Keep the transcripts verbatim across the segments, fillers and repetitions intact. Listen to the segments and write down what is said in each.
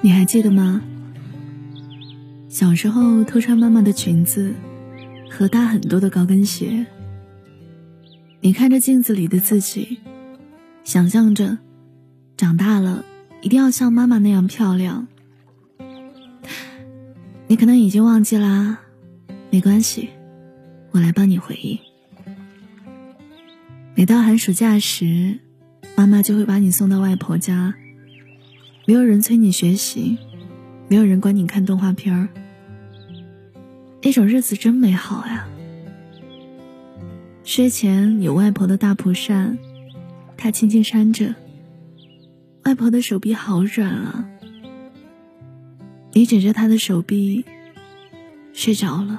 你还记得吗？小时候偷穿妈妈的裙子和大很多的高跟鞋，你看着镜子里的自己，想象着长大了一定要像妈妈那样漂亮。你可能已经忘记啦，没关系，我来帮你回忆。每到寒暑假时，妈妈就会把你送到外婆家，没有人催你学习，没有人管你看动画片儿，那种日子真美好呀。睡前有外婆的大蒲扇，她轻轻扇着，外婆的手臂好软啊，你枕着她的手臂睡着了。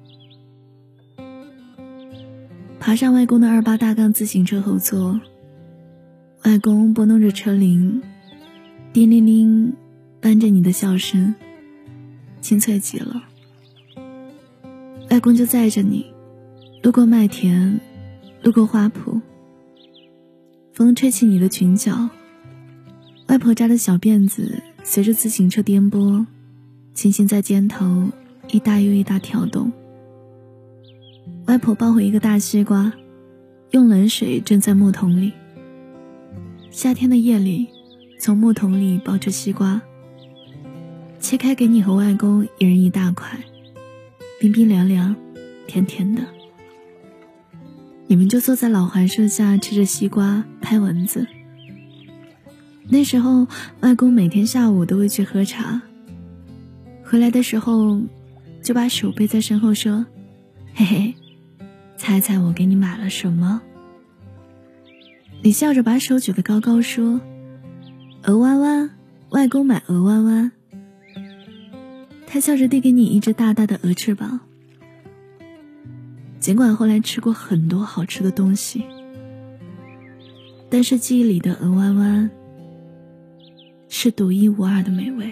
爬上外公的二八大杠自行车后座，外公拨弄着车铃，叮铃铃伴着你的笑声，清脆极了。外公就载着你路过麦田，路过花圃，风吹起你的裙角，外婆家的小辫子随着自行车颠簸，轻轻在肩头一大又一大跳动。外婆抱回一个大西瓜，用冷水蒸在木桶里。夏天的夜里，从木桶里抱着西瓜，切开给你和外公一人一大块，冰冰凉凉，甜甜的。你们就坐在老槐树下吃着西瓜，拍蚊子。那时候外公每天下午都会去喝茶，回来的时候就把手背在身后说，嘿嘿，猜猜我给你买了什么？你笑着把手举得高高说，鹅弯弯，外公买鹅弯弯。他笑着递给你一只大大的鹅翅膀。尽管后来吃过很多好吃的东西，但是记忆里的鹅弯弯是独一无二的美味。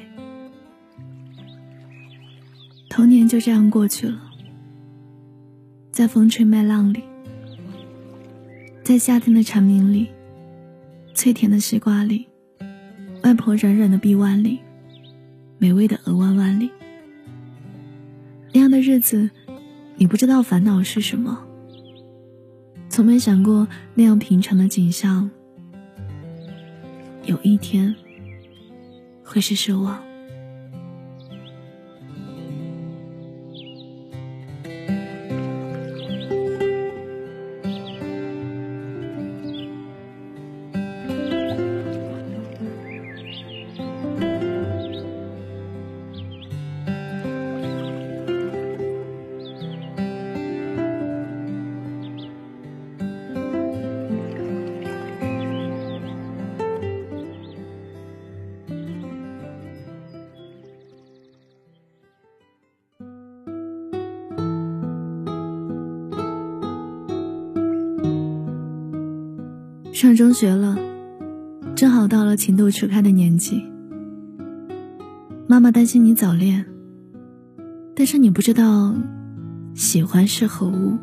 童年就这样过去了，在风吹麦浪里，在夏天的蝉鸣里，脆甜的西瓜里，外婆软软的臂弯里，美味的鹅弯弯里。那样的日子，你不知道烦恼是什么，从没想过那样平常的景象有一天会是奢望。上中学了，正好到了情窦初开的年纪。妈妈担心你早恋，但是你不知道喜欢是何物。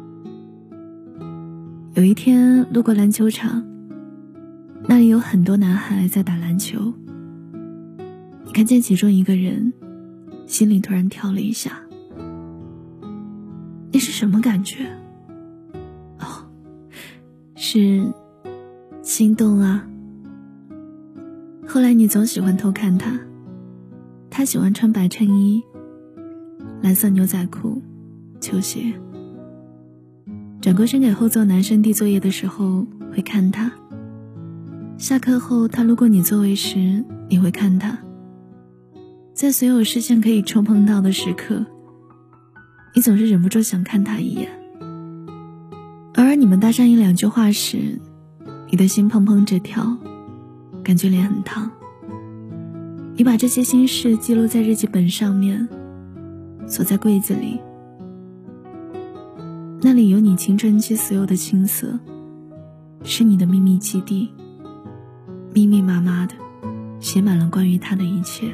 有一天路过篮球场，那里有很多男孩在打篮球，你看见其中一个人，心里突然跳了一下。那是什么感觉？哦，是心动啊。后来你总喜欢偷看他，他喜欢穿白衬衣、蓝色牛仔裤、球鞋。转过身给后座男生递作业的时候会看他，下课后他路过你座位时你会看他，在所有视线可以触碰到的时刻，你总是忍不住想看他一眼。偶尔你们搭上一两句话时，你的心砰砰直跳，感觉脸很烫。你把这些心事记录在日记本上面，锁在柜子里，那里有你青春期所有的青涩，是你的秘密基地，密密麻麻的写满了关于他的一切。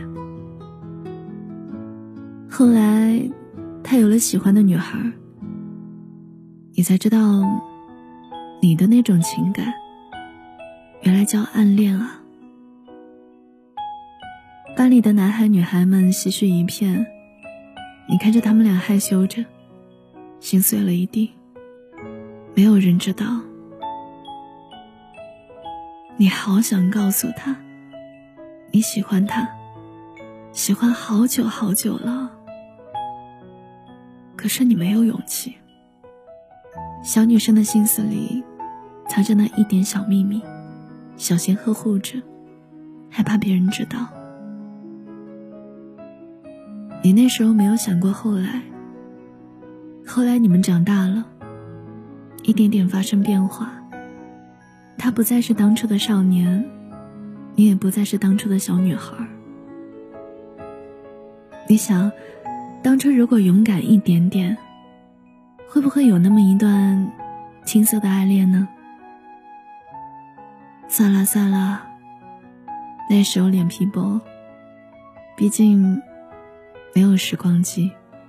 后来他有了喜欢的女孩，你才知道你的那种情感原来叫暗恋啊。 班里的男孩女孩们唏嘘一片，你看着他们俩害羞着，心碎了一地。没有人知道，你好想告诉他你喜欢他，喜欢好久好久了，可是你没有勇气。小女生的心思里藏着那一点小秘密，小心呵护着，害怕别人知道。你那时候没有想过后来，后来你们长大了，一点点发生变化，他不再是当初的少年，你也不再是当初的小女孩。你想，当初如果勇敢一点点，会不会有那么一段青涩的爱恋呢？算了算了，那时候脸皮薄，毕竟没有时光机。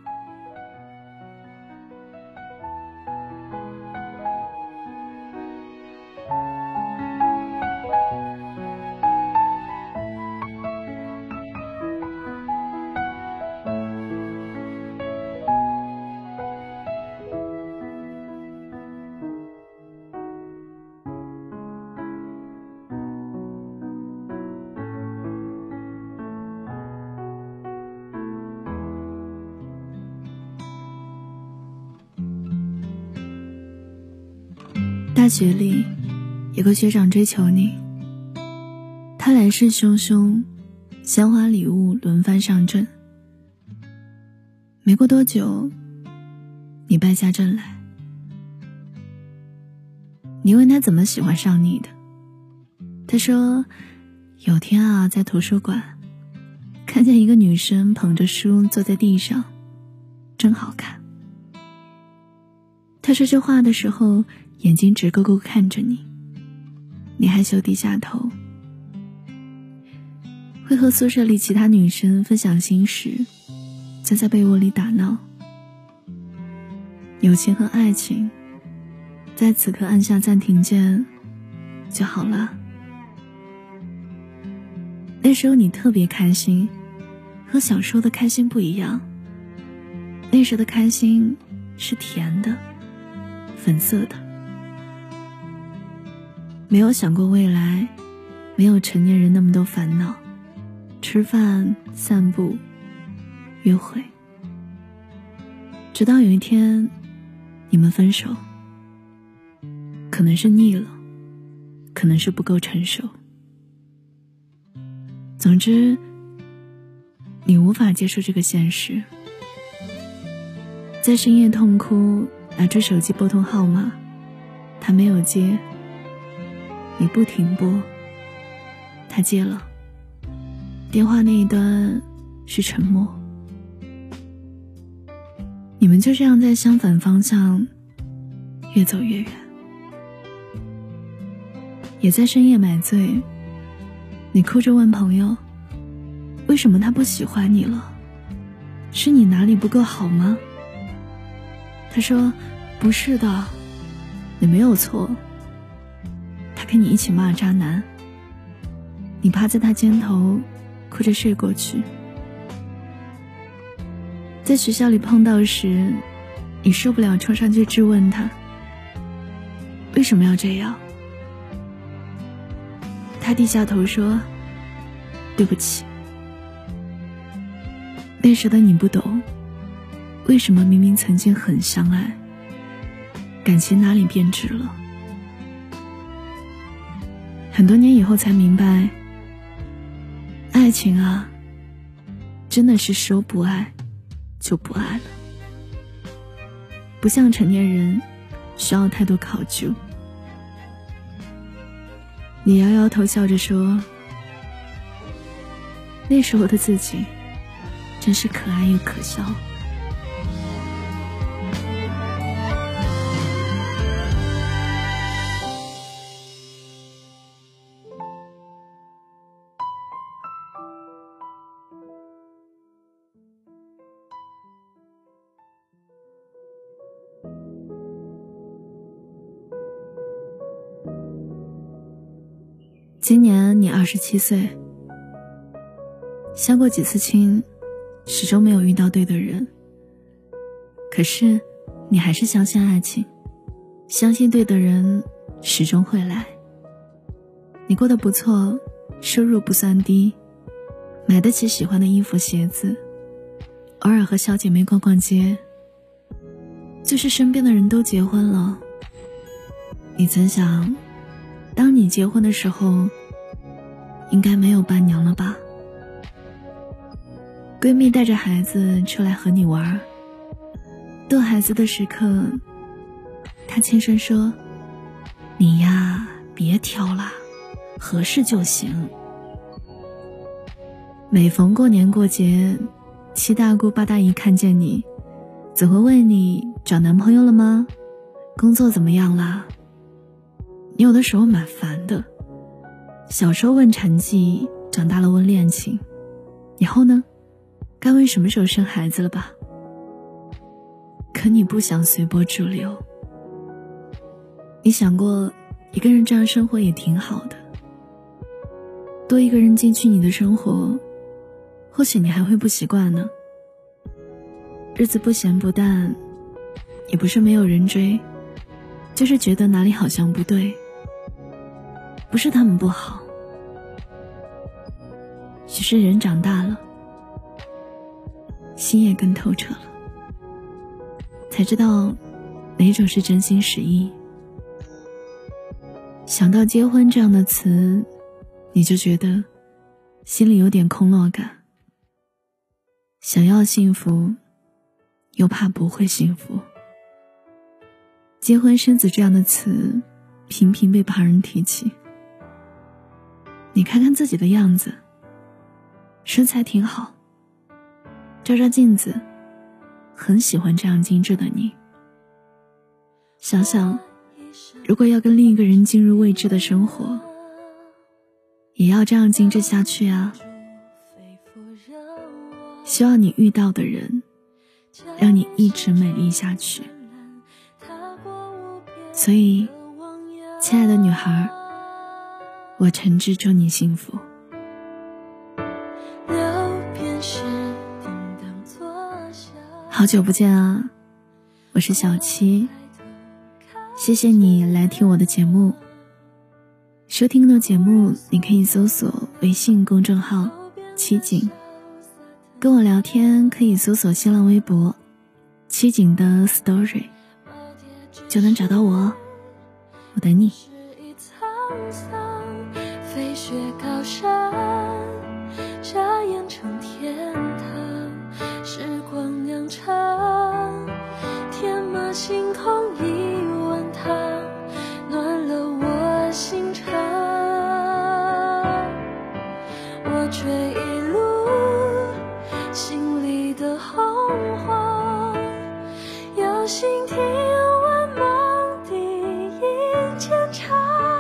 大学里有个学长追求你，他来势汹汹，鲜花礼物轮番上阵。没过多久，你败下阵来。你问他怎么喜欢上你的，他说有天啊，在图书馆看见一个女生捧着书坐在地上，真好看。他说这话的时候眼睛直勾勾看着你，你害羞低下头。会和宿舍里其他女生分享心事，就在被窝里打闹。友情和爱情在此刻按下暂停键就好了。那时候你特别开心，和小时候的开心不一样。那时的开心是甜的，粉色的，没有想过未来，没有成年人那么多烦恼，吃饭、散步、约会。直到有一天你们分手，可能是腻了，可能是不够成熟，总之你无法接受这个现实。在深夜痛哭，拿出手机拨通号码，他没有接，你不停拨，他接了，电话那一端是沉默。你们就这样在相反方向越走越远。也在深夜买醉，你哭着问朋友，为什么他不喜欢你了？是你哪里不够好吗？他说不是的，你没有错。他跟你一起骂渣男，你趴在他肩头哭着睡过去。在学校里碰到时，你受不了冲上去质问他，为什么要这样？他低下头说，对不起。那时的你不懂，为什么明明曾经很相爱，感情哪里变质了。很多年以后才明白，爱情啊，真的是说不爱就不爱了，不像成年人需要太多考究。你摇摇头笑着说，那时候的自己真是可爱又可笑。今年你二十七岁， 相过几次亲，始终没有遇到对的人，可是你还是相信爱情，相信对的人始终会来。你过得不错，收入不算低，买得起喜欢的衣服鞋子，偶尔和小姐妹逛逛街，就是身边的人都结婚了。你曾想，当你结婚的时候，应该没有伴娘了吧？闺蜜带着孩子出来和你玩，逗孩子的时刻，她轻声说：“你呀，别挑啦，合适就行。”每逢过年过节，七大姑八大姨看见你，总会问你找男朋友了吗？工作怎么样啦？你有的时候蛮烦的，小时候问成绩，长大了问恋情，以后呢，该问什么时候生孩子了吧？可你不想随波逐流，你想过一个人这样生活也挺好的，多一个人进去你的生活，或许你还会不习惯呢。日子不咸不淡，也不是没有人追，就是觉得哪里好像不对。不是他们不好，只是人长大了，心也更透彻了，才知道哪种是真心实意。想到结婚这样的词，你就觉得心里有点空落感，想要幸福，又怕不会幸福。结婚生子这样的词频频被旁人提起，你看看自己的样子，身材挺好，照照镜子，很喜欢这样精致的你。想想如果要跟另一个人进入未知的生活，也要这样精致下去啊。希望你遇到的人让你一直美丽下去。所以亲爱的女孩，我诚挚祝你幸福。好久不见啊，我是小七，谢谢你来听我的节目。收听更多节目，你可以搜索微信公众号七景，跟我聊天可以搜索新浪微博七景的 story， 就能找到我哦。我等你。 飞雪高山，眨眼成天堂，时光酿成天马行空一碗汤，暖了我心肠。我追一路心里的洪荒，有心听闻梦的一牵肠，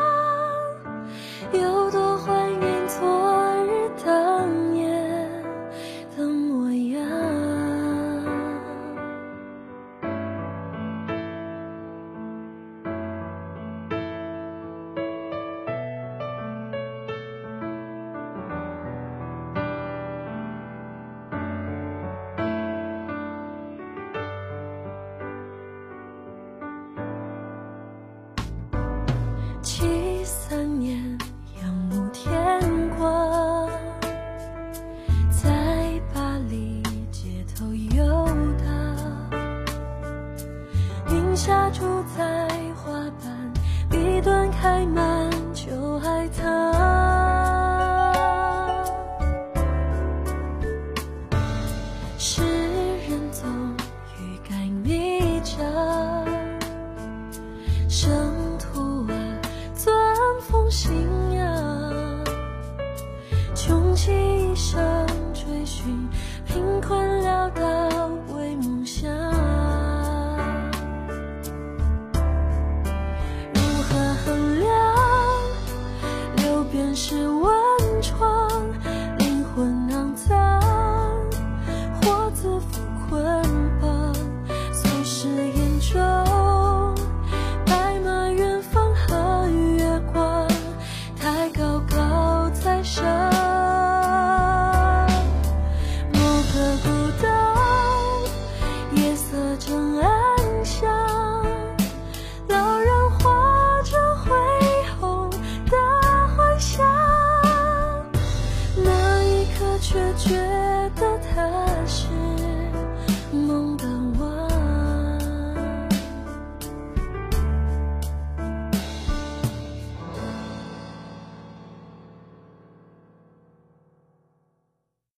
有多怀念昨日当年的模样。七三年仰慕天光，在巴黎街头游荡，云下住在花瓣，笔端开满秋海棠。诗人总欲盖弥彰，生